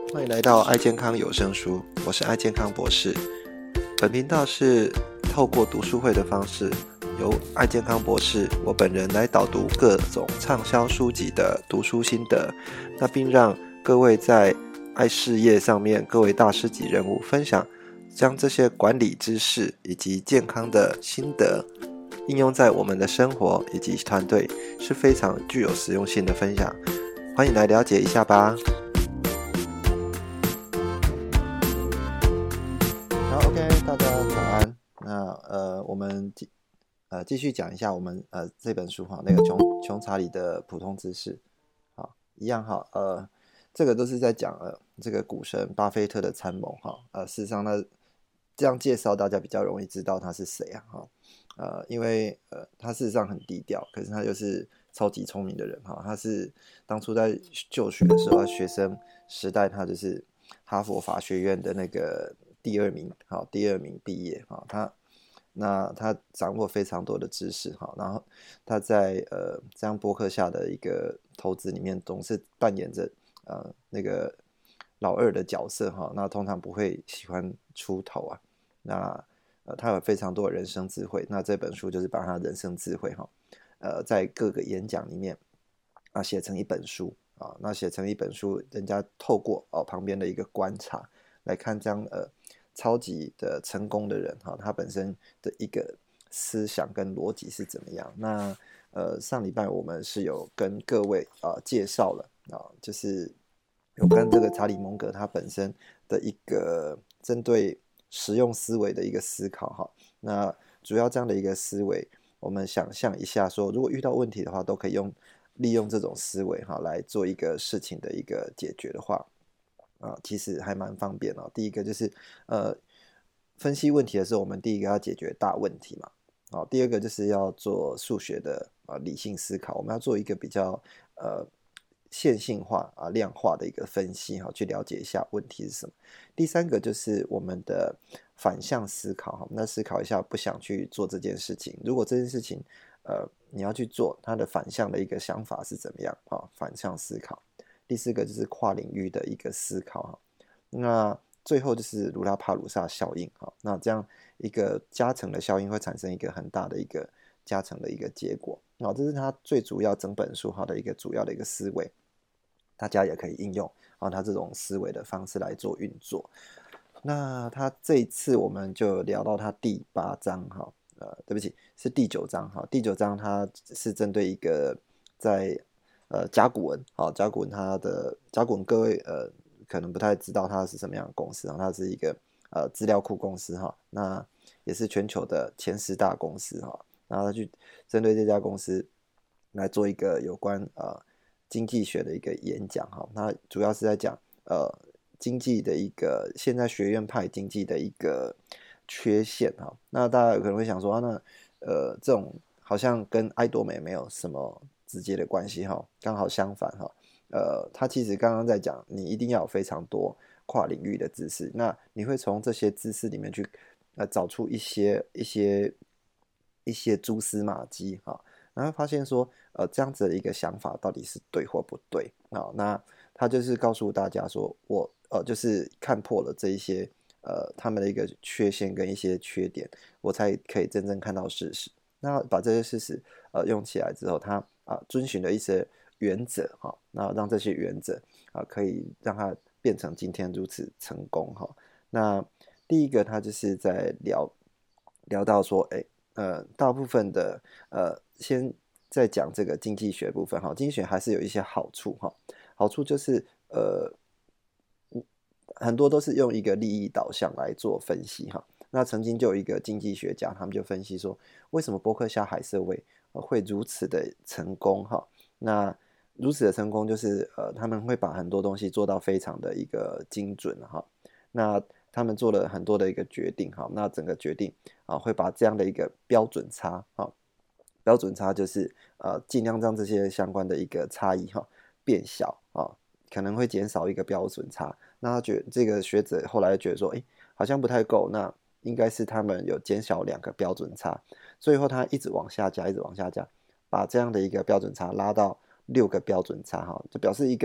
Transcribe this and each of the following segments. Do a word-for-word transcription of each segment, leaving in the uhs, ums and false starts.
欢迎来到爱健康有声书，我是爱健康博士。本频道是透过读书会的方式，由爱健康博士我本人来导读各种畅销书籍的读书心得，那并让各位在爱事业上面各位大师级人物分享，将这些管理知识以及健康的心得应用在我们的生活以及团队，是非常具有实用性的分享。欢迎来了解一下吧。好 ，OK， 大家早安。那呃，我们继呃继续讲一下我们呃这本书哈，那个穷穷查理的普通知识。好，一样哈，呃，这个都是在讲呃这个股神巴菲特的参谋哈。呃，事实上呢，这样介绍大家比较容易知道他是谁啊哈。呃，因为呃他事实上很低调，可是他就是超级聪明的人哈。他是当初在就学的时候，学生时代他就是哈佛法学院的那个第二名，好，第二名毕业，好，他那他掌握非常多的知识，好，然后他在呃这样播客下的一个投资里面，总是扮演着呃那个老二的角色，哈，那通常不会喜欢出头啊，那呃他有非常多的人生智慧，那这本书就是把他人生智慧，哈，呃在各个演讲里面啊写成一本书。啊，那写成一本书，人家透过哦旁边的一个观察来看这样呃超级的成功的人哈、哦，他本身的一个思想跟逻辑是怎么样？那呃上礼拜我们是有跟各位啊、呃、介绍了啊、哦，就是有关这个查理蒙格他本身的一个针对实用思维的一个思考哈、哦。那主要这样的一个思维，我们想象一下说，如果遇到问题的话，都可以用。利用这种思维哈来做一个事情的一个解决的话，啊，其实还蛮方便哦。第一个就是呃分析问题的时候，我们第一个要解决大问题嘛，啊，第二个就是要做数学的啊理性思考，我们要做一个比较呃线性化啊量化的一个分析哈，去了解一下问题是什么。第三个就是我们的反向思考哈，那思考一下不想去做这件事情，如果这件事情呃你要去做，它的反向的一个想法是怎么样啊？反向思考。第四个就是跨领域的一个思考哈。那最后就是卢拉帕鲁萨效应哈。那这样一个加成的效应会产生一个很大的一个加成的一个结果。那这是它最主要整本书哈的一个主要的一个思维，大家也可以应用啊它这种思维的方式来做运作。那他这一次我们就聊到他第八章哈。呃，对不起，是第九章哈。第九章它是针对一个在呃甲骨文，好，甲骨文它的甲骨文，各位呃可能不太知道它是什么样的公司啊，它是一个呃资料库公司哈，那也是全球的前十大公司哈。然后他去针对这家公司来做一个有关呃经济学的一个演讲哈。那主要是在讲呃经济的一个现在学院派经济的一个。缺陷哈，那大家可能会想说啊，那呃这种好像跟爱多美没有什么直接的关系哈，刚好相反哈，呃，他其实刚刚在讲，你一定要有非常多跨领域的知识，那你会从这些知识里面去呃找出一些一些一些蛛丝马迹哈，然后发现说呃这样子的一个想法到底是对或不对啊？那他就是告诉大家说我呃就是看破了这一些。呃，他们的一个缺陷跟一些缺点，我才可以真正看到事实。那把这些事实呃用起来之后，他啊、呃、遵循了一些原则哈、哦，那让这些原则啊、呃、可以让他变成今天如此成功哈、哦。那第一个他就是在聊聊到说，哎呃，大部分的呃先在讲这个经济学部分哈、哦，经济学还是有一些好处哈、哦，好处就是呃。很多都是用一个利益导向来做分析哈。那曾经就有一个经济学家，他们就分析说，为什么伯克夏海瑟薇会如此的成功哈？那如此的成功就是呃，他们会把很多东西做到非常的一个精准哈。那他们做了很多的一个决定哈，那整个决定啊会把这样的一个标准差哈，标准差就是呃尽量让这些相关的一个差异哈变小啊，可能会减少一个标准差。那他觉得这个学者后来觉得说，哎，好像不太够，那应该是他们有减小两个标准差，最后他一直往下加，一直往下加，把这样的一个标准差拉到六个标准差哈，就表示一个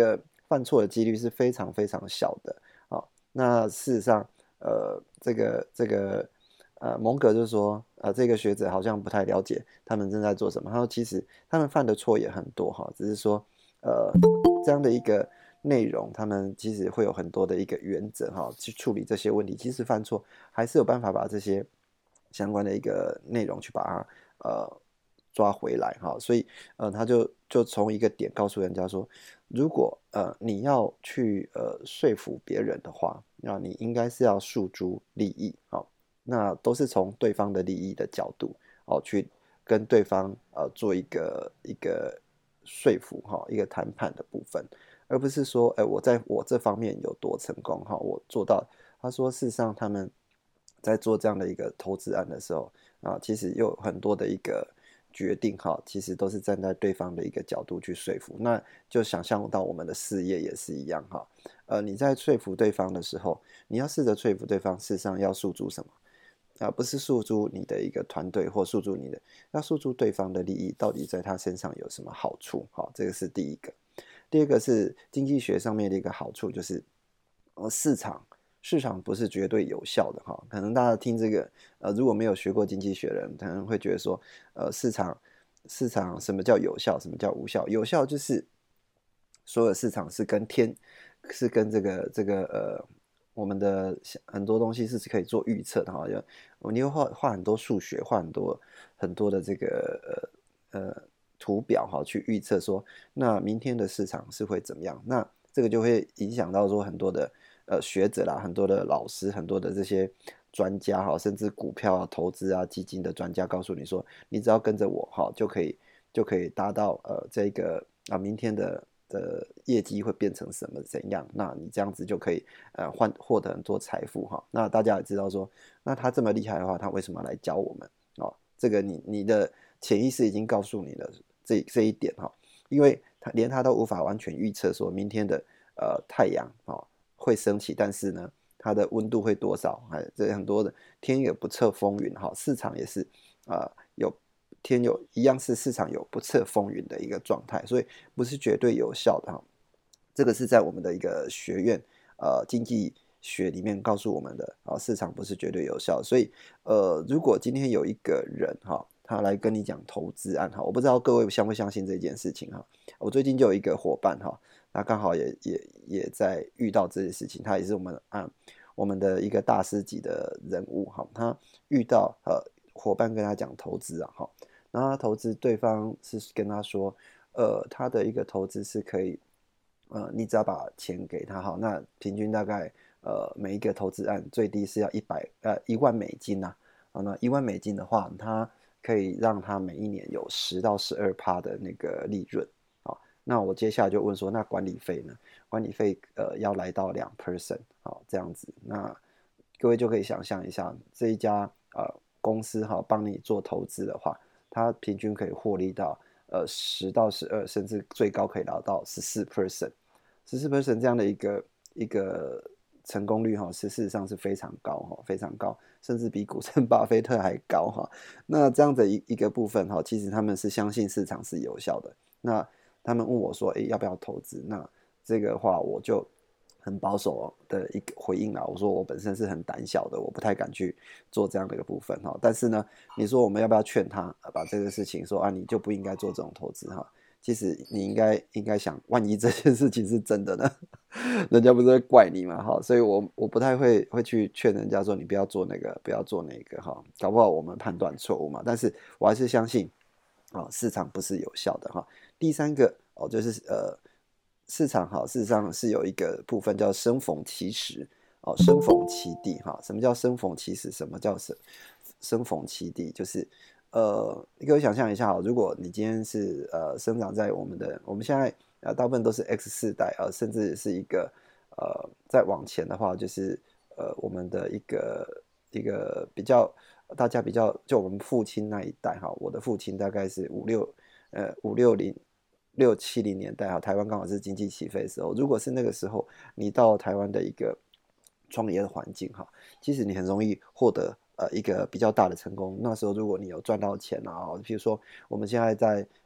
犯错的几率是非常非常小的。好，那事实上，呃，这个这个呃，蒙格就说，呃，这个学者好像不太了解他们正在做什么。他说，其实他们犯的错也很多哈，只是说，呃，这样的一个内容，他们其实会有很多的一个原则哈，去处理这些问题。即使犯错，还是有办法把这些相关的一个内容去把它呃抓回来哈。所以呃，他就就从一个点告诉人家说，如果呃你要去呃说服别人的话，那你应该是要诉诸利益哈。那都是从对方的利益的角度哦，去跟对方呃做一个一个说服哈，一个谈判的部分，而不是说，哎，我在我这方面有多成功哈，我做到。他说，事实上他们在做这样的一个投资案的时候啊，其实有很多的一个决定哈，其实都是站在对方的一个角度去说服。那就想象到我们的事业也是一样哈，呃，你在说服对方的时候，你要试着说服对方，事实上要诉诸什么？啊，不是诉诸你的一个团队或诉诸你的，要诉诸对方的利益到底在他身上有什么好处？好，这个是第一个。第二个是经济学上面的一个好处，就是呃市场市场不是绝对有效的哈。可能大家听这个呃如果没有学过经济学的人，可能会觉得说呃市场市场什么叫有效，什么叫无效？有效就是所有市场是跟天是跟这个这个呃我们的很多东西是可以做预测的哈，你会画画很多数学，画很多很多的这个呃呃图表哈，去预测说那明天的市场是会怎么样？那这个就会影响到说很多的呃学者啦，很多的老师，很多的这些专家哈，甚至股票啊、投资啊、基金的专家告诉你说，你只要跟着我哈，就可以就可以达到呃这个啊明天的。的业绩会变成什么怎样？那你这样子就可以呃换获得很多财富哈。那大家也知道说，那他这么厉害的话，他为什么要来教我们？哦，这个你你的潜意识已经告诉你了这这一点哈，因为他连他都无法完全预测说明天的呃太阳哦会升起，但是呢它的温度会多少？哎，这很多的天有不测风云哈，市场也是啊、呃、有。天有一样是市场有不测风云的一个状态，所以不是绝对有效的哈。这个是在我们的一个学院呃经济学里面告诉我们的啊，市场不是绝对有效，所以呃，如果今天有一个人哈，他来跟你讲投资案哈，我不知道各位相不相信这件事情哈。我最近就有一个伙伴哈，他刚好也也也在遇到这些事情，他也是我们啊我们的一个大师级的人物哈，他遇到呃伙伴跟他讲投资啊哈。然后他投资，对方是跟他说，呃，他的一个投资是可以，呃，你只要把钱给他哈，那平均大概呃每一个投资案最低是要一百呃一万美金呐、啊，那一万美金的话，它可以让他每一年有十到十二趴的那个利润，好，那我接下来就问说，那管理费呢？管理费呃要来到两 percent，好这样子，那各位就可以想象一下，这一家呃公司哈帮你做投资的话。它平均可以获利到呃十到十二，甚至最高可以达到十四 percent，十四 percent 这样的一个一个成功率哈，是事实上是非常高哈，非常高，甚至比股神巴菲特还高哈。那这样的一一个部分哈，其实他们是相信市场是有效的。那他们问我说，哎，要不要投资？那这个话我就很保守的一个回应啦，我说我本身是很胆小的，我不太敢去做这样的一个部分哈。但是呢，你说我们要不要劝他把这个事情说啊，你就不应该做这种投资哈？其实你应该应该想，万一这件事情是真的呢，人家不是会怪你嘛哈？所以我我不太会会去劝人家说你不要做那个，不要做那个哈，搞不好我们判断错误嘛。但是我还是相信啊，市场不是有效的哈。第三个哦，就是呃。市场哈，事实上是有一个部分叫生逢其时哦，生逢其地哈。什么叫生逢其时？什么叫生生逢其地？就是呃，你可以想象一下哈，如果你今天是呃生长在我们的，我们现在呃大部分都是 X 世代啊、呃，甚至是一个呃再往前的话，就是呃我们的一个一个比较大家比较就我们父亲那一代哈，我的父亲大概是五六呃五六零。六七零年代哈，台湾刚好是经济起飞的时候。如果是那个时候，你到台湾的一个创业的环境哈，其实你很容易获得呃一个比较大的成功。那时候如果你有赚到钱啊，譬如说我们现在在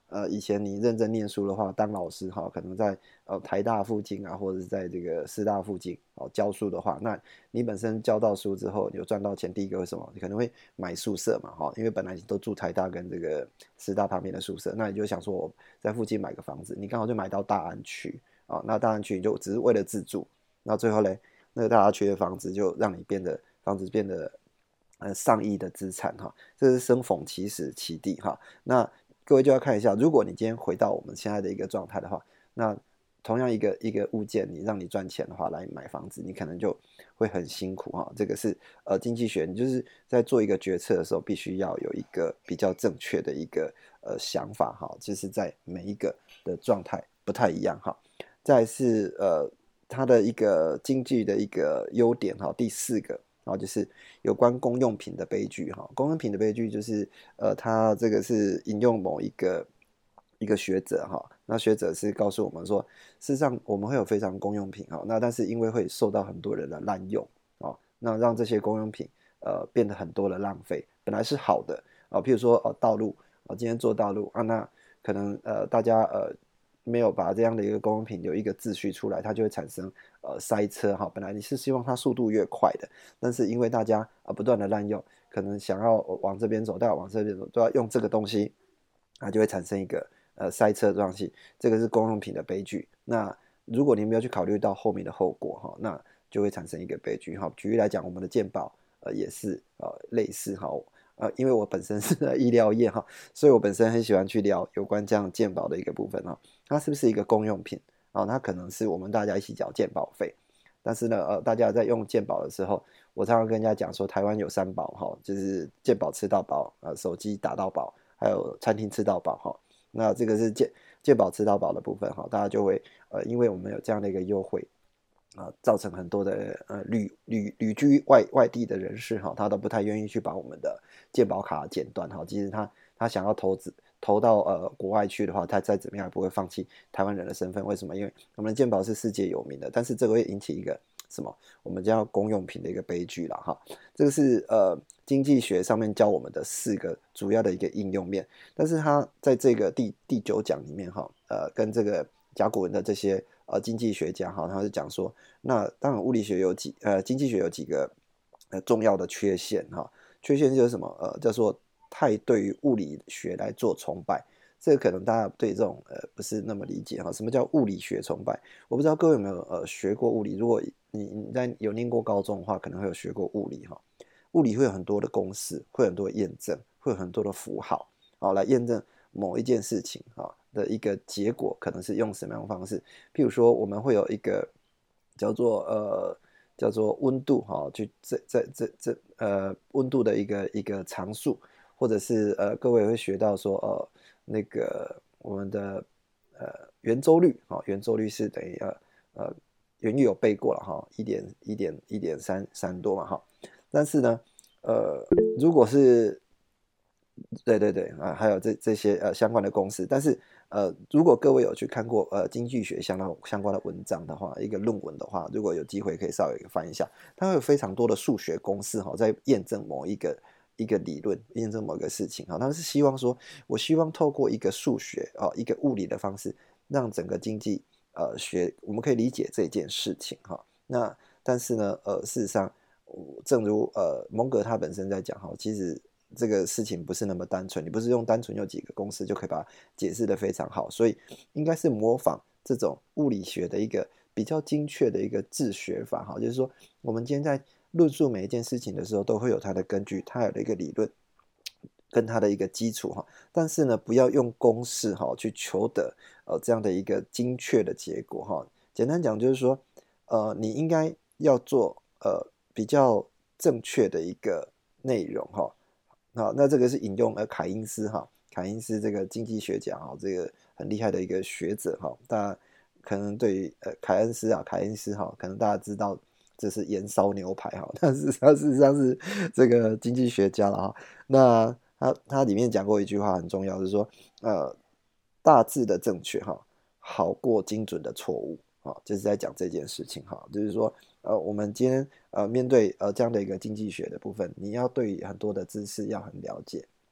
呃以前你认真念书的话，当老师哈，可能在呃台大附近啊，或者是在这个师大附近哦教书的话，那你本身教到书之后，有赚到钱，第一个为什么？你可能会买宿舍嘛哈，因为本来你都住台大跟这个师大旁边的宿舍，那你就想说我在附近买个房子，你刚好就买到大安区啊、哦，那大安区你就只是为了自住，那最后嘞，那个大安区的房子就让你变得房子变得呃上亿的资产哈，这是生逢其时其地哈。那各位就要看一下，如果你今天回到我们现在的一个状态的话，那同样一个一个物件，你让你赚钱的话来买房子，你可能就会很辛苦哈。这个是呃经济学，你就是在做一个决策的时候，必须要有一个比较正确的一个呃想法哈，就是在每一个的状态不太一样哈。再来是呃它的一个经济的一个优点哈，第四个。然后就是有关公用品的悲剧哈，公用品的悲剧就是呃，他这个是引用某一个一个学者哈，那学者是告诉我们说，事实上我们会有非常公用品哈，那但是因为会受到很多人的滥用哦，那让这些公用品呃变得很多的浪费，本来是好的啊，譬如说呃道路啊，今天做道路啊，那可能呃大家呃没有把这样的一个公用品有一个秩序出来，它就会产生呃塞车哈。本来你是希望它速度越快的，但是因为大家啊不断的滥用，可能想要往这边走，都要往这边走，都要用这个东西，它就会产生一个呃塞车状况。这个是公用品的悲剧。那如果你没有去考虑到后面的后果哈，那就会产生一个悲剧哈。举例来讲，我们的健保呃也是呃类似哈。呃，因为我本身是在医疗业哈，所以我本身很喜欢去聊有关这样健保的一个部分哈。它是不是一个公用品啊？它可能是我们大家一起缴健保费，但是呢，呃，大家在用健保的时候，我常常跟人家讲说，台湾有三宝哈，就是健保吃到饱，呃，手机打到饱，还有餐厅吃到饱哈。那这个是健健保吃到饱的部分哈，大家就会呃，因为我们有这样的一个优惠。啊、呃，造成很多的呃旅旅旅居外外地的人士哈，他都不太愿意去把我们的健保卡剪断哈。其实他他想要投资投到呃国外去的话，他再怎么样也不会放弃台湾人的身份。为什么？因为我们的健保是世界有名的，但是这个会引起一个什么？我们叫公用品的一个悲剧了哈。这个是呃经济学上面教我们的四个主要的一个应用面，但是它在这个第第九讲里面哈，呃跟这个甲骨文的这些。呃，经济学家哈，他是讲说，那当然物理学有几呃，经济学有几个呃重要的缺陷哈，缺陷就是什么呃，叫做太对于物理学来做崇拜，这个可能大家对这种呃不是那么理解哈，什么叫物理学崇拜？我不知道各位有没有呃学过物理，如果你你在有念过高中的话，可能会有学过物理哈，物理会有很多的公式，会有很多的验证，会有很多的符号，好来验证某一件事情哈。的一个结果可能是用什么样的方式？譬如说，我们会有一个叫做呃叫做温度哈，就这这这这呃温度的一个一个常数，或者是呃各位会学到说呃那个我们的呃圆周率哈，圆周率是等于呃呃圆率有背过了哈，一点一点一点三三多嘛哈，但是呢呃如果是对对对啊，还有这这些呃相关的公式，但是呃，如果各位有去看过呃经济学相关相关的文章的话，一个论文的话，如果有机会可以稍微翻一下，它会有非常多的数学公式哈，在验证某一个一个理论，验证某一个事情哈，他们是希望说，我希望透过一个数学啊，一个物理的方式，让整个经济呃学我们可以理解这件事情哈。那但是呢，呃，事实上，正如呃蒙格他本身在讲哈，其实。这个事情不是那么单纯，你不是用单纯用几个公式就可以把它解释得非常好，所以应该是模仿这种物理学的一个比较精确的一个治学法哈，就是说我们今天在论述每一件事情的时候，都会有它的根据，它有的一个理论跟它的一个基础哈，但是呢，不要用公式哈去求得呃这样的一个精确的结果哈。简单讲就是说，呃，你应该要做呃比较正确的一个内容哈。好，那这个是引用呃凯因斯哈，凯因斯这个经济学家哈，这个很厉害的一个学者哈，大家可能对于呃凯恩斯啊，凯恩斯哈，可能大家知道这是盐烧牛排哈，但是他事实上是这个经济学家了哈。那他他里面讲过一句话很重要，就是说呃大致的正确哈，好过精准的错误啊，就是在讲这件事情哈，就是说。呃，我们今天呃面对呃这样的一个经济学的部分，你要对很多的知识要很了解，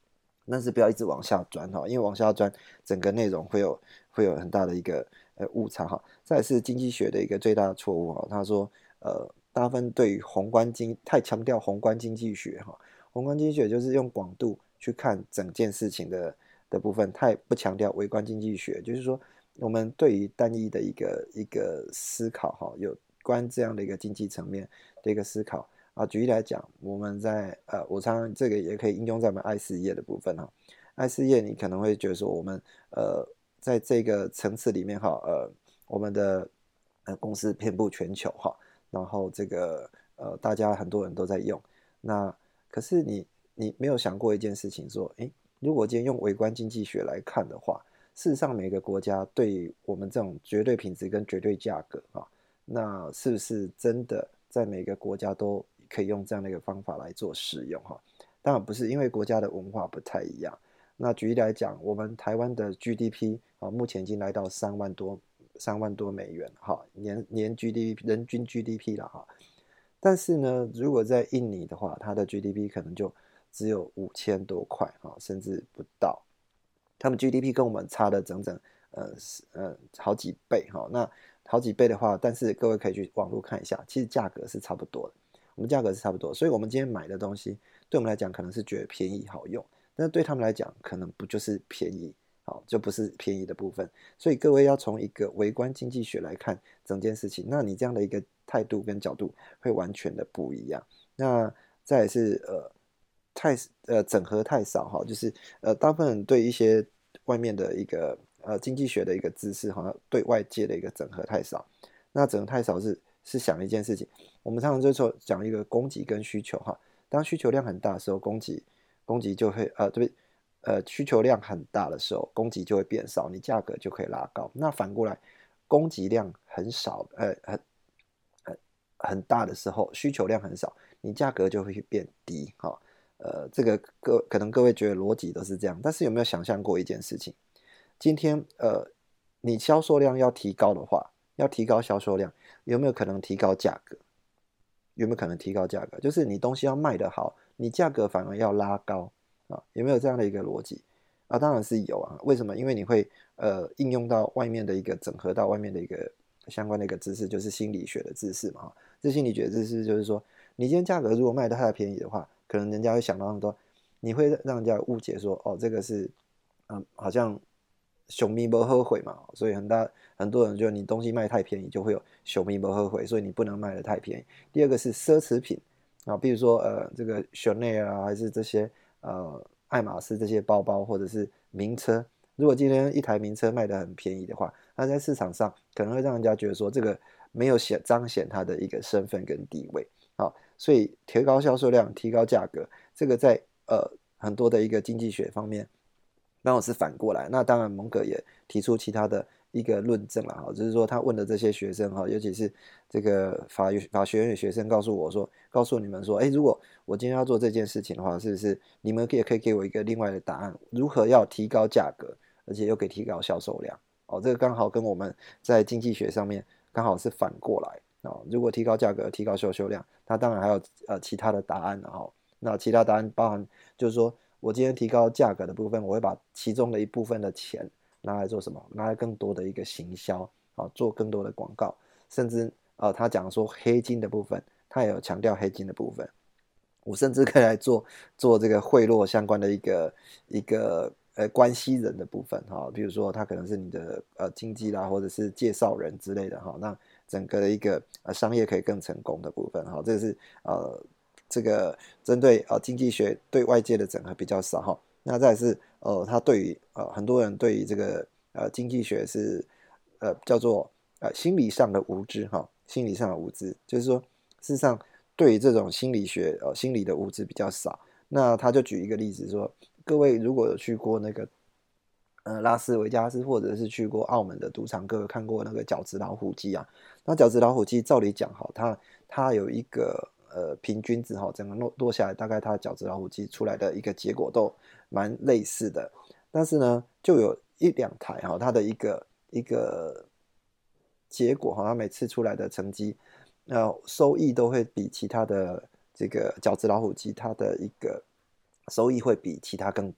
但是不要一直往下钻哈，因为往下钻整个内容会有会有很大的一个呃误差哈。再来是经济学的一个最大的错误哈，他说呃大部分对于宏观经太强调宏观经济学哈，宏观经济学就是用广度去看整件事情的的部分，太不强调微观经济学，就是说我们对于单一的一个一个思考哈，有关这样的一个经济层面的一个思考。啊，举例来讲，我们在呃，我常常这个也可以应用在我们爱事业的部分哈。爱事业你可能会觉得说，我们呃在这个层次里面哈，呃，我们的呃公司遍布全球哈，然后这个呃大家很多人都在用。那可是你你没有想过一件事情，说，诶，如果今天用微观经济学来看的话，事实上每个国家对我们这种绝对品质跟绝对价格啊，那是不是真的在每个国家都可以用这样的一个方法来做使用哈？当然不是，因为国家的文化不太一样。那举例来讲，我们台湾的 G D P 啊，目前已经来到三万多三万多美元哈，年年 G D P 人均 G D P 了哈。但是呢，如果在印尼的话，它的 G D P 可能就只有五千多块哈，甚至不到。他们 G D P 跟我们差了整整呃呃好几倍哈。那好几倍的话，但是各位可以去网络看一下，其实价格是差不多的。我们价格是差不多，所以我们今天买的东西，对我们来讲可能是觉得便宜好用，但是对他们来讲，可能不就是便宜，好，就不是便宜的部分。所以各位要从一个微观经济学来看整件事情，那你这样的一个态度跟角度会完全的不一样。那再来是呃太呃整合太少哈，就是呃大部分人对一些外面的一个呃经济学的一个知识，好像对外界的一个整合太少。那整合太少是是想一件事情。我们常常就说讲一个供给跟需求哈，当需求量很大的时候，供给供给就会呃对呃需求量很大的时候，供给就会变少，你价格就可以拉高。那反过来，供给量很少呃很很很大的时候，需求量很少，你价格就会变低哈。呃，这个各可能各位觉得逻辑都是这样，但是有没有想象过一件事情？今天呃你销售量要提高的话，要提高销售量，有没有可能提高价格？有没有可能提高价格？就是你东西要卖得好，你价格反而要拉高啊？有没有这样的一个逻辑啊？当然是有啊。为什么？因为你会呃应用到外面的一个整合到外面的一个相关的一个知识，就是心理学的知识嘛。这心理学的知识就是说，你今天价格如果卖得太便宜的话，可能人家会想到很多，你会让人家误解说，哦，这个是嗯好像熊咪不后悔嘛，所以很大很多人觉得你东西卖太便宜，就会有熊咪不后悔，所以你不能卖得太便宜。第二个是奢侈品啊，比如说呃这个 Chanel 啊，还是这些呃爱马仕这些包包，或者是名车。如果今天一台名车卖得很便宜的话，那在市场上可能会让人家觉得说这个没有显彰显它的一个身份跟地位。好，所以提高销售量，提高价格，这个在呃很多的一个经济学方面。刚好是反过来，那当然蒙格也提出其他的一个论证了哈，就是说他问的这些学生哈，尤其是这个法法学院的学生告诉我说，告诉你们说，哎，如果我今天要做这件事情的话，是不是你们也可以给我一个另外的答案，如何要提高价格，而且又可以提高销售量？哦，这个刚好跟我们在经济学上面刚好是反过来哦。如果提高价格，提高销售量，它当然还有呃其他的答案然后那其他答案包含就是说。我今天提高价格的部分，我会把其中的一部分的钱拿来做什么？拿来更多的一个行销啊，做更多的广告，甚至呃，他讲说黑金的部分，他也有强调黑金的部分。我甚至可以来做做这个贿赂相关的一个一个呃关系人的部分哈，比如说他可能是你的呃经纪啦，或者是介绍人之类的哈，那整个的一个呃商业可以更成功的部分哈，这是呃。这个针对呃经济学对外界的整合比较少哈，那再来是呃他对于呃很多人对于这个呃经济学是呃叫做呃心理上的无知哈，心理上的无知就是说事实上对于这种心理学呃心理的无知比较少。那他就举一个例子说，各位如果有去过那个呃拉斯维加斯或者是去过澳门的赌场，各位看过那个饺子老虎机啊？那饺子老虎机照理讲哈，它它有一个呃平均值哈，整个落落下来，大概它饺子老虎机出来的一个结果都蛮类似的。但是呢，就有一两台哈，它的一个一个结果哈，它每次出来的成绩，呃，收益都会比其他的这个饺子老虎机它的一个收益会比其他更多。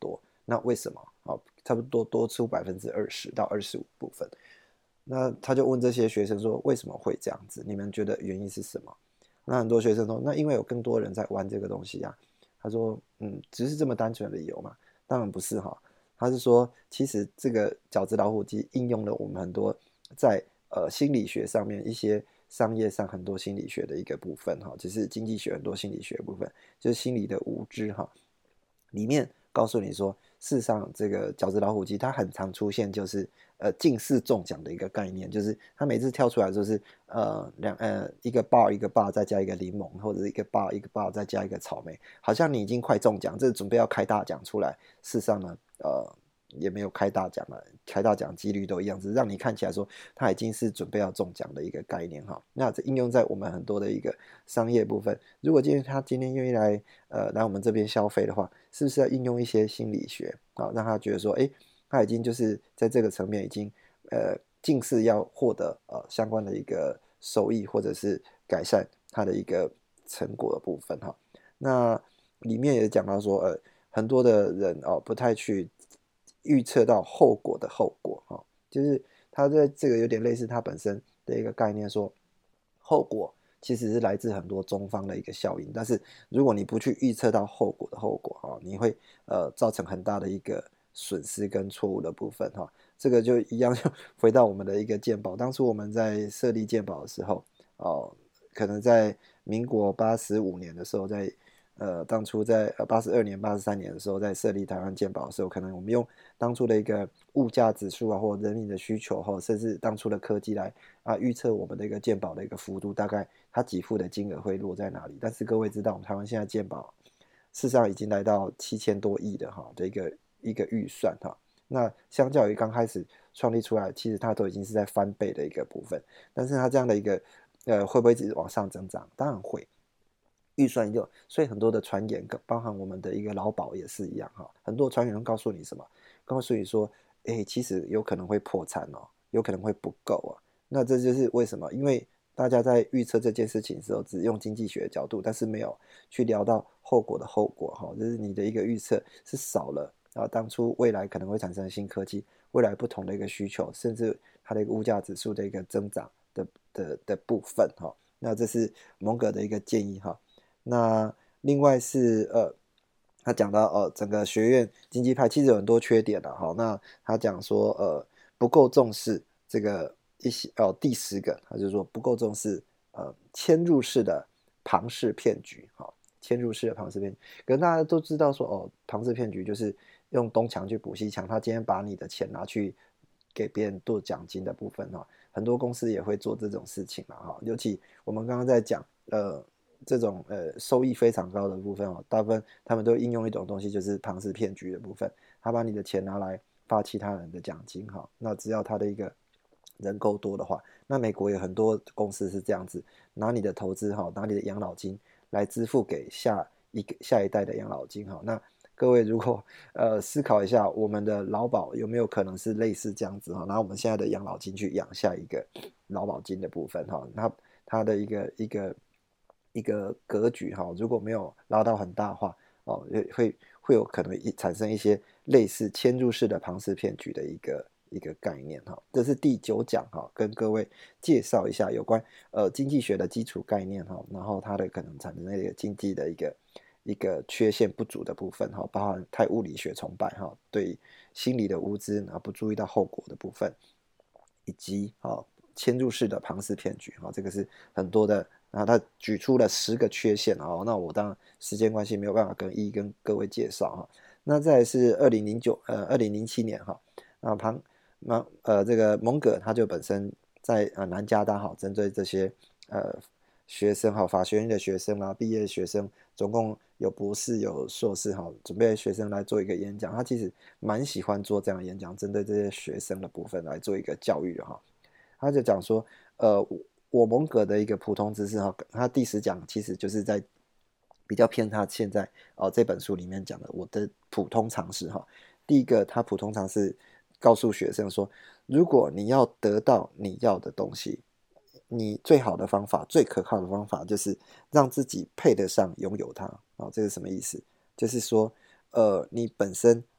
那为什么？好，差不多多出百分之二十到二十五部分。那他就问这些学生说，为什么会这样子？你们觉得原因是什么？那很多学生说，那因为有更多人在玩这个东西啊。他说，嗯，只是这么单纯的理由嘛？当然不是哈。他是说，其实这个饺子老虎机应用了我们很多在呃心理学上面一些商业上很多心理学的一个部分哈，就是经济学很多心理学的部分，就是心理的无知哈。里面告诉你说，事实上这个饺子老虎机它很常出现，就是呃近似中奖的一个概念，就是它每次跳出来就是呃两呃一个 bar 一个 bar 再加一个柠檬，或者是一个 bar 一个 bar 再加一个草莓，好像你已经快中奖，这准备要开大奖出来。事实上呢，呃也没有开大奖了，开大奖几率都一样，只是让你看起来说它已经是准备要中奖的一个概念哈。那这应用在我们很多的一个商业部分，如果今天他今天愿意来呃来我们这边消费的话，是不是要应用一些心理学啊，让他觉得说，哎，他已经就是在这个层面已经呃近似要获得呃相关的一个收益，或者是改善他的一个成果的部分哈。那里面也讲到说，呃，很多的人哦不太去预测到后果的后果哈，就是他在这个有点类似他本身的一个概念说，后果其实是来自很多中方的一个效应，但是如果你不去预测到后果的后果哈，你会呃造成很大的一个损失跟错误的部分哈。这个就一样，就回到我们的一个健保，当初我们在设立健保的时候哦，可能在民国八十五年的时候，在呃当初在呃八十二年、八十三年的时候，在设立台湾健保的时候，可能我们用当初的一个物价指数啊，或人民的需求哈，甚至当初的科技来啊预测我们的一个健保的一个幅度，大概它给付的金额会落在哪里？但是各位知道，我们台湾现在健保事实上已经来到七千多亿的哈的一个一个预算哈。那相较于刚开始创立出来，其实它都已经是在翻倍的一个部分。但是它这样的一个呃会不会一直往上增长？当然会。预算就，所以很多的传言，包含我们的一个劳保也是一样哈。很多传言都告诉你什么？告诉你说，哎，其实有可能会破产哦，有可能会不够啊。那这就是为什么？因为大家在预测这件事情的时候，只用经济学的角度，但是没有去聊到后果的后果哈。就是你的一个预测是少了，然后当初未来可能会产生的新科技，未来不同的一个需求，甚至它的一个物价指数的一个增长的的的部分哈。那这是蒙格的一个建议哈。那另外是呃，他讲到呃，整个学院经济派其实有很多缺点的哈。那他讲说呃不够重视这个一些哦第十个，他就说不够重视呃嵌入式的庞氏骗局哈。嵌入式的庞氏骗局，可能大家都知道说哦，庞氏骗局就是用东墙去补西墙，他今天把你的钱拿去给别人做奖金的部分哈，很多公司也会做这种事情嘛哈。尤其我们刚刚在讲呃。这种呃收益非常高的部分哦，大部分他们都应用一种东西，就是庞氏骗局的部分。他把你的钱拿来发其他人的奖金哈，那只要他的一个人够多的话，那美国有很多公司是这样子，拿你的投资哈，拿你的养老金来支付给下一个下一代的养老金哈。那各位如果呃思考一下，我们的劳保有没有可能是类似这样子哈？拿我们现在的养老金去养下一个劳保金的部分哈，那它的一个一个。一个格局哈，如果没有拉到很大化哦，会会有可能产生一些类似嵌入式的庞氏骗局的一个一个概念哈。这是第九讲哈，跟各位介绍一下有关呃经济学的基础概念哈，然后它的可能产生那个经济的一个一个缺陷不足的部分哈，包含太物理学崇拜哈，对心理的无知，然后不注意到后果的部分，以及啊嵌入式的庞氏骗局哈，这个是很多的。然后他举出了十个缺陷哦，那我当然时间关系没有办法跟一一跟各位介绍哈。那再来是二零零九呃二零零七年哈，那庞那呃这个蒙格他就本身在呃南加大哈，针对这些呃学生哈法学院的学生啦，毕业学生总共有博士有硕士哈，准备学生来做一个演讲，他其实蛮喜欢做这样的演讲，针对这些学生的部分来做一个教育哈。他就讲说呃。我蒙格的一个普通知识哈，他第十讲其实就是在比较偏他现在哦这本书里面讲的我的普通常识哈。第一个，他普通常识告诉学生说，如果你要得到你要的东西，你最好的方法、最可靠的方法就是让自己配得上拥有它。哦，这是什么意思？就是说，呃，你本身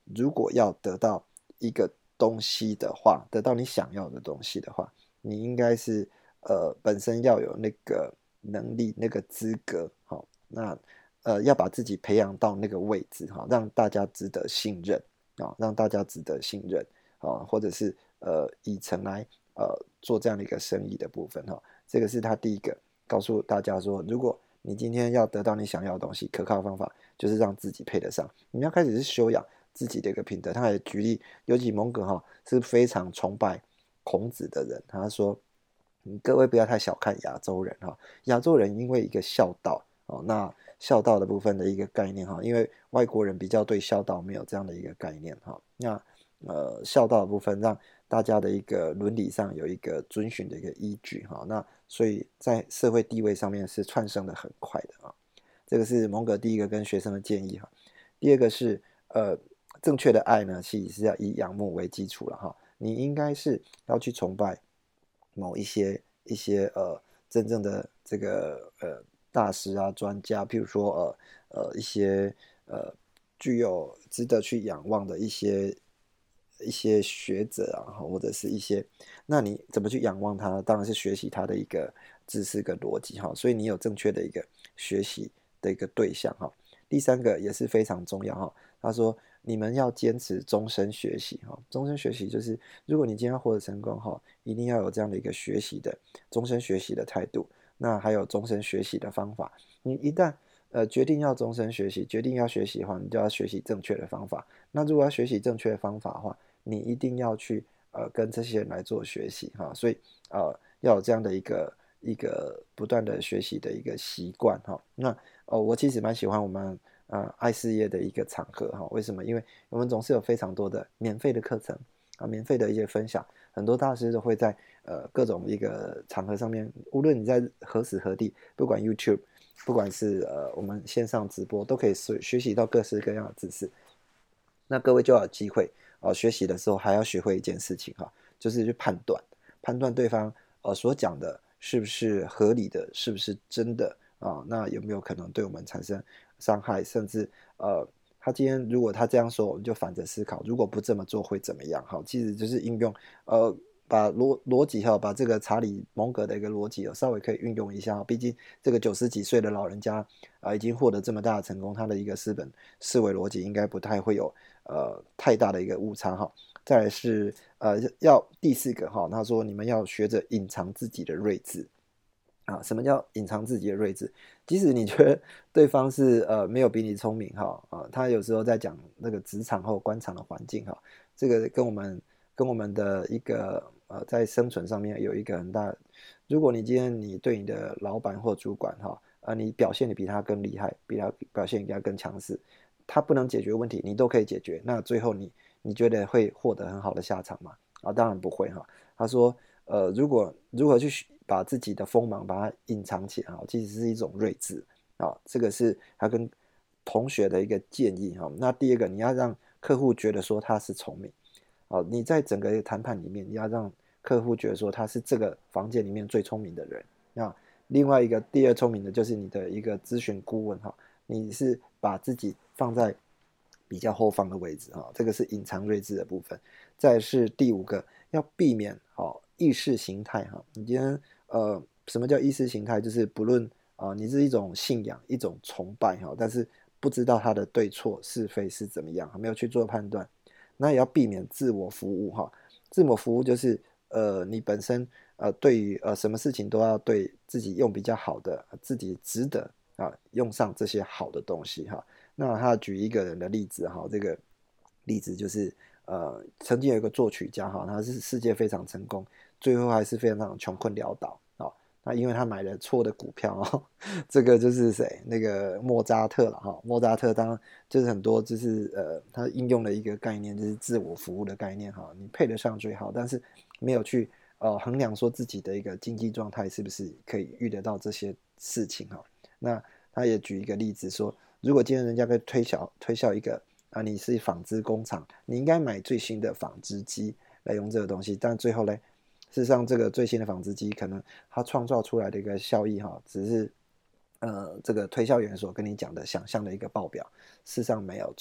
如果要得到一个东西的话，得到你想要的东西的话，你应该是呃本身要有那个能力、那个资格，好，那呃要把自己培养到那个位置，哈，让大家值得信任啊，让大家值得信任啊，或者是呃以诚来呃做这样的一个生意的部分，哈，这个是他第一个告诉大家说，如果你今天要得到你想要的东西，可靠的方法就是让自己配得上，你要开始是修养自己的一个品德。他也举例，尤其蒙格哈是非常崇拜孔子的人，他说，各位不要太小看亚洲人哈，亚洲人因为一个孝道哦，那孝道的部分的一个概念哈，因为外国人比较对孝道没有这样的一个概念哈，那呃孝道的部分让大家的一个伦理上有一个遵循的一个依据哈，那所以在社会地位上面是窜升的很快的啊，这个是蒙格第一个跟学生的建议哈。第二个是呃正确的爱呢，其实是要以仰慕为基础了哈，你应该是要去崇拜某一些一些呃真正的这个呃大师啊专家，譬如说呃呃一些呃具有值得去仰望的一些一些学者啊，或者是一些，那你怎么去仰望他？当然是学习他的一个知识跟逻辑哈，所以你有正确的一个学习的一个对象哈。第三个也是非常重要哈，他说你们要坚持终身学习哈，终身学习就是如果你今天要获得成功哈，一定要有这样的一个学习的终身学习的态度，那还有终身学习的方法。你一旦呃决定要终身学习，决定要学习的话，你就要学习正确的方法。那如果要学习正确的方法的话，你一定要去呃跟这些人来做学习哈，所以呃要有这样的一个一个不断的学习的一个习惯哈。那哦，我其实蛮喜欢我们呃爱事业的一个场合哈，为什么？因为我们总是有非常多的免费的课程啊，免费的一些分享，很多大师都会在呃各种一个场合上面，无论你在何时何地，不管 YouTube，不管是呃我们线上直播，都可以学习到各式各样的知识。那各位就要有机会呃学习的时候还要学会一件事情哈，就是去判断判断对方呃所讲的是不是合理的，是不是真的啊？那有没有可能对我们产生伤害，甚至呃他今天如果他这样说，我们就反着思考，如果不这么做会怎么样？哈，其实就是应用呃把逻逻辑哈，把这个查理蒙格的一个逻辑稍微可以运用一下，毕竟这个九十几岁的老人家啊、呃、已经获得这么大的成功，他的一个思本思维逻辑应该不太会有呃太大的一个误差哈。再来是呃要第四个哈，他说你们要学着隐藏自己的睿智啊。什么叫隐藏自己的睿智？即使你觉得对方是呃没有比你聪明哈啊，他有时候在讲那个职场或官场的环境哈，这个跟我们跟我们的一个呃在生存上面有一个很大。如果你今天你对你的老板或主管哈啊，你表现的比他更厉害，比他表现比他更强势，他不能解决问题，你都可以解决，那最后你你觉得会获得很好的下场吗？啊，当然不会哈。他说，呃，如果如何去把自己的锋芒把它隐藏起来，其实是一种睿智啊。这个是他跟同学的一个建议哈。那第二个，你要让客户觉得说他是聪明啊，你在整个谈判里面，你要让客户觉得说他是这个房间里面最聪明的人。那另外一个第二聪明的就是你的一个咨询顾问哈，你是把自己放在比较后方的位置哈，这个是隐藏睿智的部分。再是第五个，要避免好意识形态哈。你今天呃，什么叫意识形态？就是不论啊，你是一种信仰、一种崇拜哈，但是不知道它的对错是非是怎么样，没有去做判断。那也要避免自我服务哈。自我服务就是呃，你本身呃，对于呃什么事情都要对自己用比较好的，自己值得啊用上这些好的东西哈。那他举一个人的例子哈，这个例子就是呃，曾经有一个作曲家哈，他是世界非常成功，最后还是非常穷困潦倒啊。那因为他买了错的股票哦，这个就是谁？那个莫扎特了哈。莫扎特当然就是很多就是呃，他应用了一个概念，就是自我服务的概念哈。你配得上最好，但是没有去呃衡量说自己的一个经济状态是不是可以遇得到这些事情哈。那他也举一个例子说，如果今天人家在推销推销一个啊，你是纺织工厂，你应该买最新的纺织机来用这个东西，但最后呢，事实上这个最新的纺织机可能它创造出来的一个效益哈，只是呃这个推销员所跟你讲的想象的一个报表，事实上没有，最后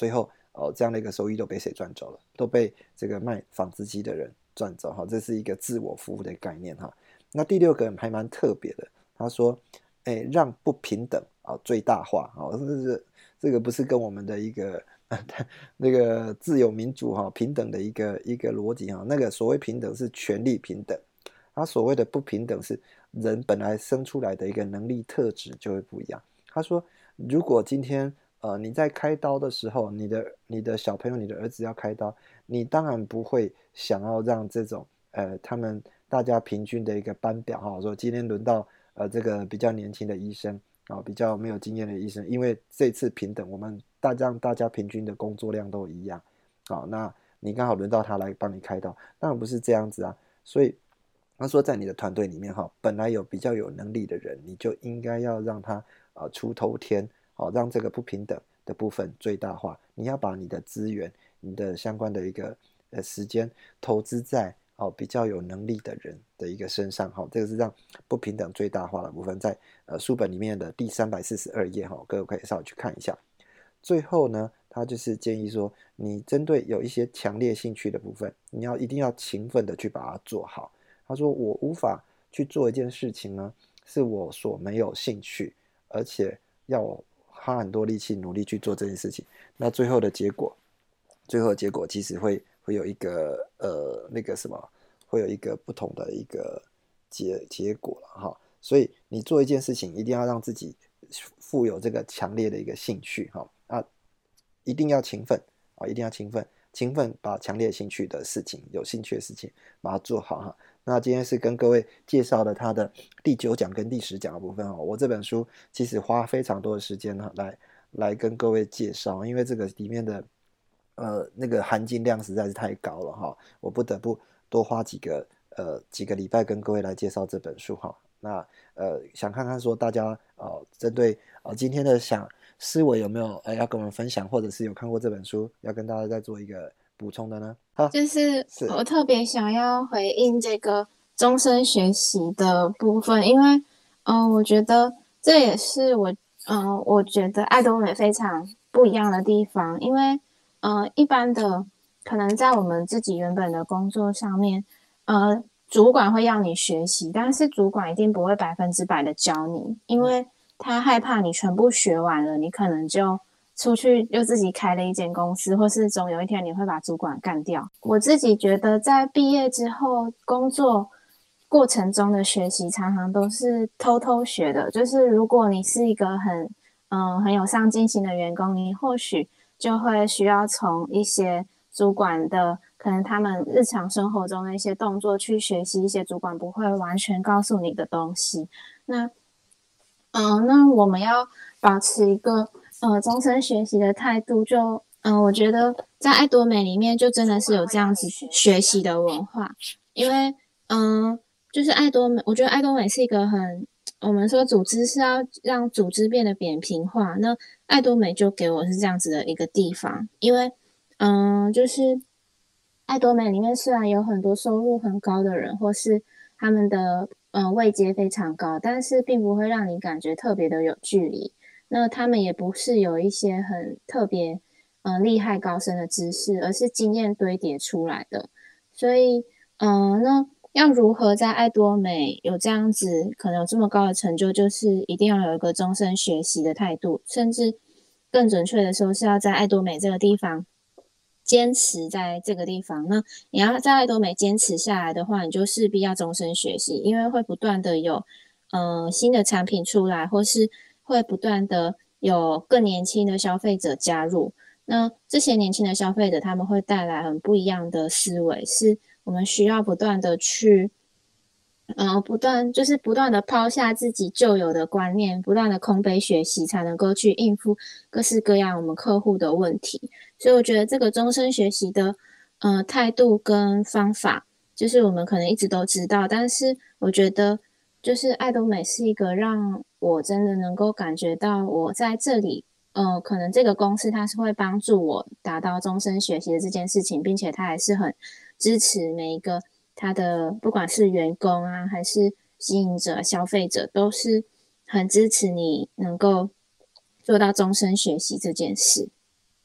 哦，这样的一个收益都被谁赚走了？都被这个卖纺织机的人赚走哈，这是一个自我服务的概念哈。那第六个还蛮特别的，他说，哎，让不平等啊最大化啊，这是这个不是跟我们的一个那个自由民主哈平等的一个一个逻辑哈，那个所谓平等是权利平等，他所谓的不平等是人本来生出来的一个能力特质就会不一样。他说，如果今天呃你在开刀的时候，你的你的小朋友、你的儿子要开刀，你当然不会想要让这种呃他们大家平均的一个班表哈，说今天轮到呃这个比较年轻的医生啊，比较没有经验的医生，因为这次平等，我们大家让大家平均的工作量都一样啊，那你刚好轮到他来帮你开刀，当然不是这样子啊，所以。他说，在你的团队里面哈，本来有比较有能力的人，你就应该要让他呃出头天，好让这个不平等的部分最大化。你要把你的资源、你的相关的一个呃时间投资在哦比较有能力的人的一个身上，哈，这个是让不平等最大化的部分，在呃书本里面的第三百四十二页哈，各位可以稍微去看一下。最后呢，他就是建议说，你针对有一些强烈兴趣的部分，你要一定要勤奋的去把它做好。他说我无法去做一件事情呢，是我所没有兴趣，而且要我花很多力气努力去做这件事情，那最后的结果，最后的结果其实会会有一个呃那个什么，会有一个不同的一个结结果了哈。所以你做一件事情，一定要让自己富有这个强烈的一个兴趣哈啊，一定要勤奋啊，一定要勤奋，勤奋把强烈兴趣的事情、有兴趣的事情把它做好哈。那今天是跟各位介绍了他的第九讲跟第十讲的部分哦。我这本书其实花非常多的时间来来跟各位介绍，因为这个里面的呃那个含金量实在是太高了哈，我不得不多花几个呃几个礼拜跟各位来介绍这本书哈。那呃想看看说大家呃针对呃今天的想思维有没有呃要跟我们分享，或者是有看过这本书要跟大家再做一个补充的呢？好， 就是是我特别想要回应这个终身学习的部分，因为，嗯、呃我觉得这也是我，嗯、呃我觉得爱多美非常不一样的地方，因为，呃，一般的可能在我们自己原本的工作上面，呃，主管会要你学习，但是主管一定不会百分之百的教你，因为他害怕你全部学完了，你可能就出去又自己开了一间公司，或是总有一天你会把主管干掉。我自己觉得，在毕业之后工作过程中的学习，常常都是偷偷学的。就是如果你是一个很嗯、呃很有上进心的员工，你或许就会需要从一些主管的可能他们日常生活中的一些动作去学习一些主管不会完全告诉你的东西。那嗯、呃那我们要保持一个呃终身学习的态度就，嗯、呃我觉得在爱多美里面就真的是有这样子学习的文化，因为嗯、呃就是爱多美，我觉得爱多美是一个很，我们说组织是要让组织变得扁平化，那爱多美就给我是这样子的一个地方，因为嗯、呃就是爱多美里面虽然有很多收入很高的人，或是他们的嗯、呃位阶非常高，但是并不会让你感觉特别的有距离。那他们也不是有一些很特别嗯、呃厉害高深的知识，而是经验堆叠出来的。所以嗯、呃那要如何在爱多美有这样子可能有这么高的成就，就是一定要有一个终身学习的态度，甚至更准确的说是要在爱多美这个地方。坚持在这个地方，那你要在爱多美坚持下来的话，你就势必要终身学习，因为会不断的有呃新的产品出来，或是会不断的有更年轻的消费者加入。那这些年轻的消费者他们会带来很不一样的思维，是我们需要不断的去呃，不断就是不断的抛下自己旧有的观念，不断的空杯学习，才能够去应付各式各样我们客户的问题。所以我觉得这个终身学习的呃态度跟方法，就是我们可能一直都知道，但是我觉得就是爱多美是一个让我真的能够感觉到我在这里，呃，可能这个公司它是会帮助我达到终身学习的这件事情，并且它还是很支持每一个他的不管是员工啊，还是经营者、消费者，都是很支持你能够做到终身学习这件事。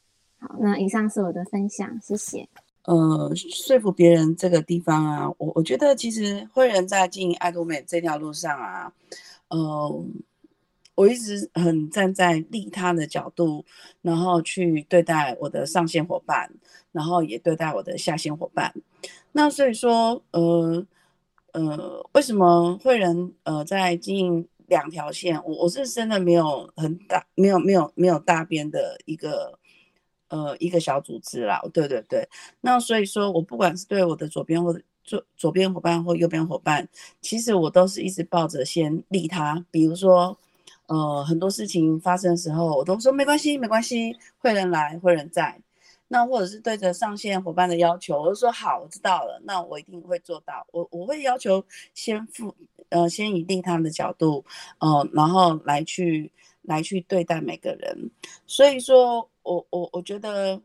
好，那以上是我的分享，谢谢。 呃，说服别人这个地方啊，我我觉得其实慧仁在经营爱多美这条路上啊，呃，我一直很站在利他的角度，然后去对待我的上线伙伴，然后也对待我的下线伙伴。那所以说，呃呃，为什么慧仁呃在经营两条线？我我是真的没有很大，没有没有没有大边的一个。呃，一个小组织啦，对对对。那所以说我不管是对我的左边或左左边伙伴或右边伙伴，其实我都是一直抱着先利他。比如说，呃，很多事情发生的时候，我都说没关系，没关系，会人来，会人在。那或者是对着上线伙伴的要求，我就说好，我知道了，那我一定会做到。我我会要求先付，呃，先以利他的角度，呃，然后来去来去对待每个人。所以说我我我觉得，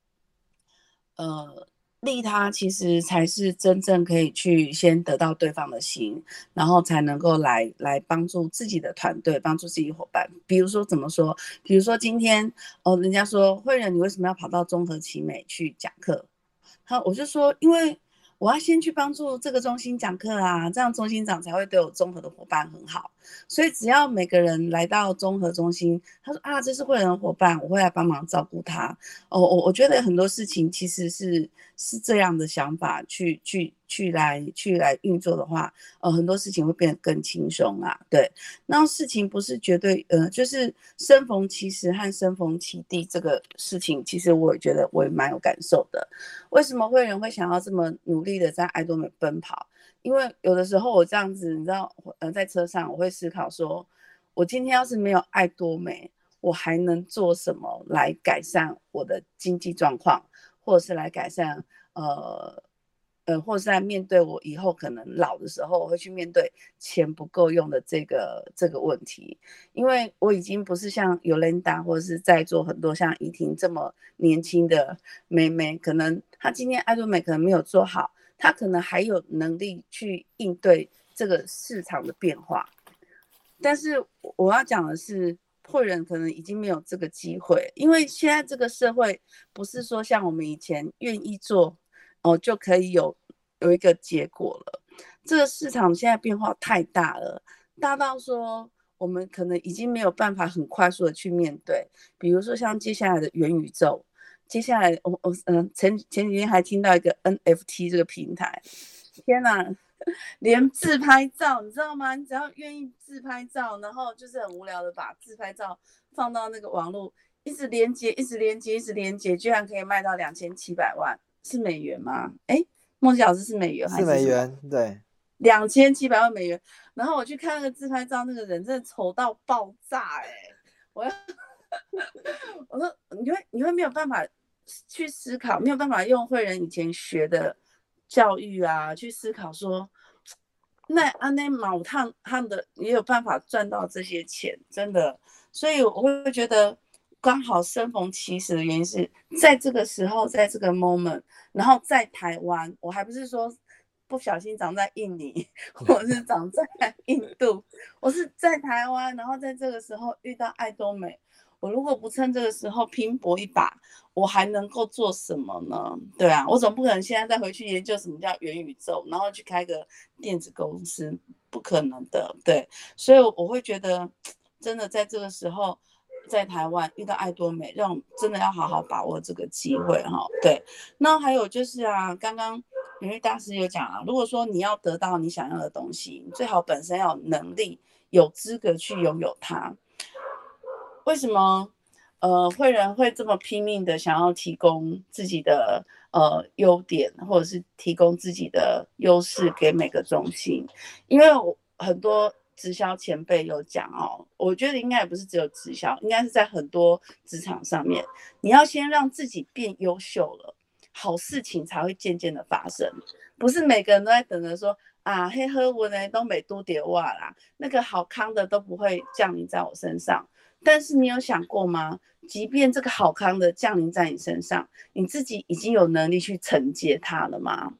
呃，利他其实才是真正可以去先得到对方的心，然后才能够来来帮助自己的团队，帮助自己伙伴。比如说怎么说？比如说今天哦，人家说慧仁，你为什么要跑到综合奇美去讲课？好，我就说，因为我要先去帮助这个中心讲课啊，这样中心长才会对我综合的伙伴很好。所以只要每个人来到综合中心，他说啊，这是慧仁的伙伴，我会来帮忙照顾他。哦，我我觉得很多事情其实是是这样的想法去去去来去来运作的话，呃，很多事情会变得更轻松啊。对，那事情不是绝对，呃，就是生逢其时和生逢其地这个事情，其实我也觉得我也蛮有感受的。为什么会人会想要这么努力的在爱多美奔跑？因为有的时候我这样子，你知道，呃，在车上我会思考说，我今天要是没有爱多美，我还能做什么来改善我的经济状况，或者是来改善呃呃，或者是在面对我以后可能老的时候，我会去面对钱不够用的这个这个问题。因为我已经不是像 Yolanda 或者是在座很多像怡婷这么年轻的妹妹，可能她今天爱多美可能没有做好，她可能还有能力去应对这个市场的变化。但是我要讲的是，慧仁可能已经没有这个机会，因为现在这个社会不是说像我们以前愿意做哦就可以有有一个结果了。这个市场现在变化太大了，大到说我们可能已经没有办法很快速的去面对。比如说像接下来的元宇宙，接下来我我嗯前前几天还听到一个 N F T 这个平台，天哪！连自拍照你知道吗？你只要愿意自拍照，然后就是很无聊的把自拍照放到那个网络，一直连接一直连接一直连接，居然可以卖到两千七百万，是美元吗？哎，梦琪老师是美元还是是美元？对， 两千七百万美元。然后我去看那个自拍照，那个人真的丑到爆炸哎、欸！我要我说你会你会没有办法去思考，没有办法用慧仁以前学的教育啊去思考说，那安内毛烫烫的也有办法赚到这些钱，真的。所以我会觉得刚好生逢其时的原因是在这个时候，在这个 moment， 然后在台湾，我还不是说不小心长在印尼，或者是长在印度，我是在台湾，然后在这个时候遇到爱多美。我如果不趁这个时候拼搏一把，我还能够做什么呢？对啊，我总不可能现在再回去研究什么叫元宇宙，然后去开个电子公司，不可能的。对，所以我会觉得，真的在这个时候，在台湾遇到爱多美，让我真的要好好把握这个机会哈。对，那还有就是啊，刚刚元玉大师有讲啊，如果说你要得到你想要的东西，你最好本身要有能力、有资格去拥有它。为什么呃慧仁会这么拼命的想要提供自己的呃优点，或者是提供自己的优势给每个中心？因为我很多直销前辈有讲哦，我觉得应该也不是只有直销，应该是在很多职场上面，你要先让自己变优秀了，好事情才会渐渐的发生。不是每个人都在等着说啊，黑喝我呢都没多点哇啦，那个好康的都不会降临在我身上。但是你有想过吗？即便这个好康的降临在你身上，你自己已经有能力去承接它了吗？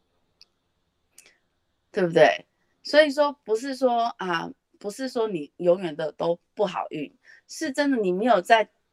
对不对？所以说不是说啊，不是说你永远的都不好运，是真的你没有在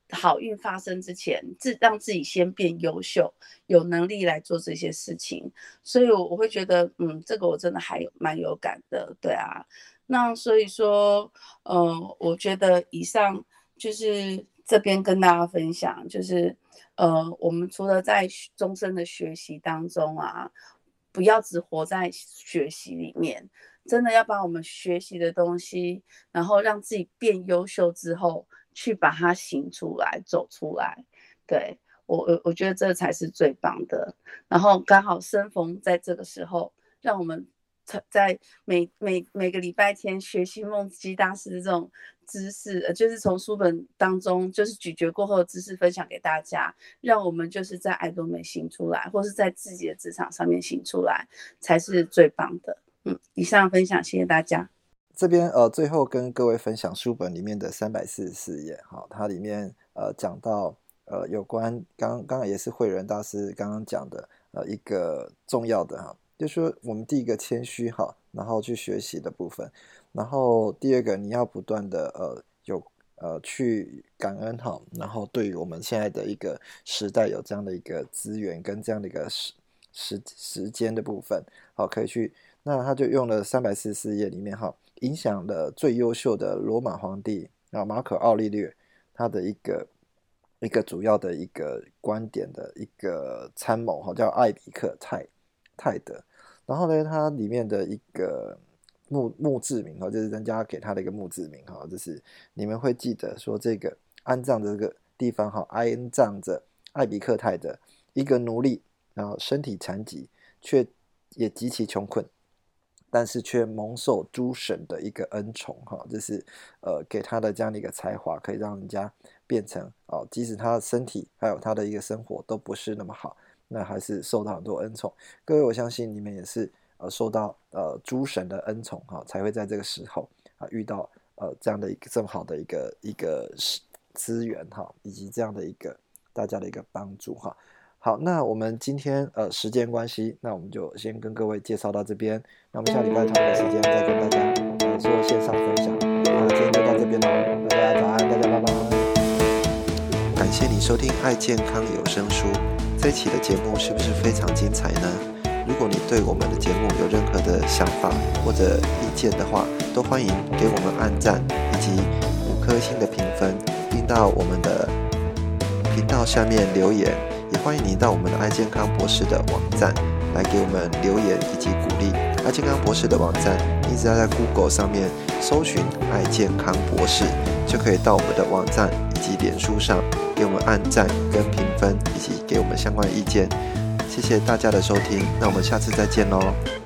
好运发生之前，自让自己先变优秀，有能力来做这些事情。所以我会觉得，嗯，这个我真的还蛮有感的，对啊。那所以说，呃，我觉得以上就是这边跟大家分享，就是呃，我们除了在终身的学习当中啊，不要只活在学习里面，真的要把我们学习的东西，然后让自己变优秀之后，去把它行出来、走出来。对，我我觉得这才是最棒的。然后刚好生逢在这个时候，让我们在每每每个礼拜天学习梦基大师的这种知识，呃，就是从书本当中就是咀嚼过后的知识分享给大家，让我们就是在爱多美行出来，或是在自己的职场上面行出来，才是最棒的。嗯，以上分享，谢谢大家。 这边呃，最后跟各位分享书本里面的三百四十四页，哈，它里面呃讲到呃有关刚刚也是慧仁大师刚刚讲的呃一个重要的哈。就是说我们第一个谦虚哈，然后去学习的部分，然后第二个你要不断的呃有呃去感恩哈，然后对于我们现在的一个时代有这样的一个资源跟这样的一个时时时间的部分，好可以去，那他就用了三百四十四页里面哈，影响了最优秀的罗马皇帝啊马可奥利略他的一个一个主要的一个观点的一个参谋哈，叫艾比克泰。泰德，然后呢，它里面的一个墓墓志铭哈，就是人家给他的一个墓志铭哈，就是你们会记得说这个安葬的这个地方哈，安葬着艾比克泰德一个奴隶，然后身体残疾，却也极其穷困，但是却蒙受诸神的一个恩宠哈，就是呃给他的这样的一个才华，可以让人家变成哦，即使他的身体还有他的一个生活都不是那么好。那还是受到很多恩宠，各位，我相信你们也是呃受到呃诸神的恩宠哈，才会在这个时候啊遇到呃这样的一个这么好的一个一个资源哈，以及这样的一个大家的一个帮助哈。好，那我们今天呃时间关系，那我们就先跟各位介绍到这边，那我们下礼拜同一个时间再跟大家呃做线上分享。那今天就到这边喽，大家早安，大家拜拜。 感谢你收听爱健康有声书。这期的节目是不是非常精彩呢？如果你对我们的节目有任何的想法或者意见的话，都欢迎给我们按赞以及五颗星的评分，并到我们的频道下面留言。也欢迎你到我们的爱健康博士的网站来给我们留言以及鼓励。爱健康博士的网站，你只要在 Google 上面搜寻爱健康博士，就可以到我们的网站以及脸书上给我们按赞跟评分，以及给我们相关的意见。谢谢大家的收听，那我们下次再见咯。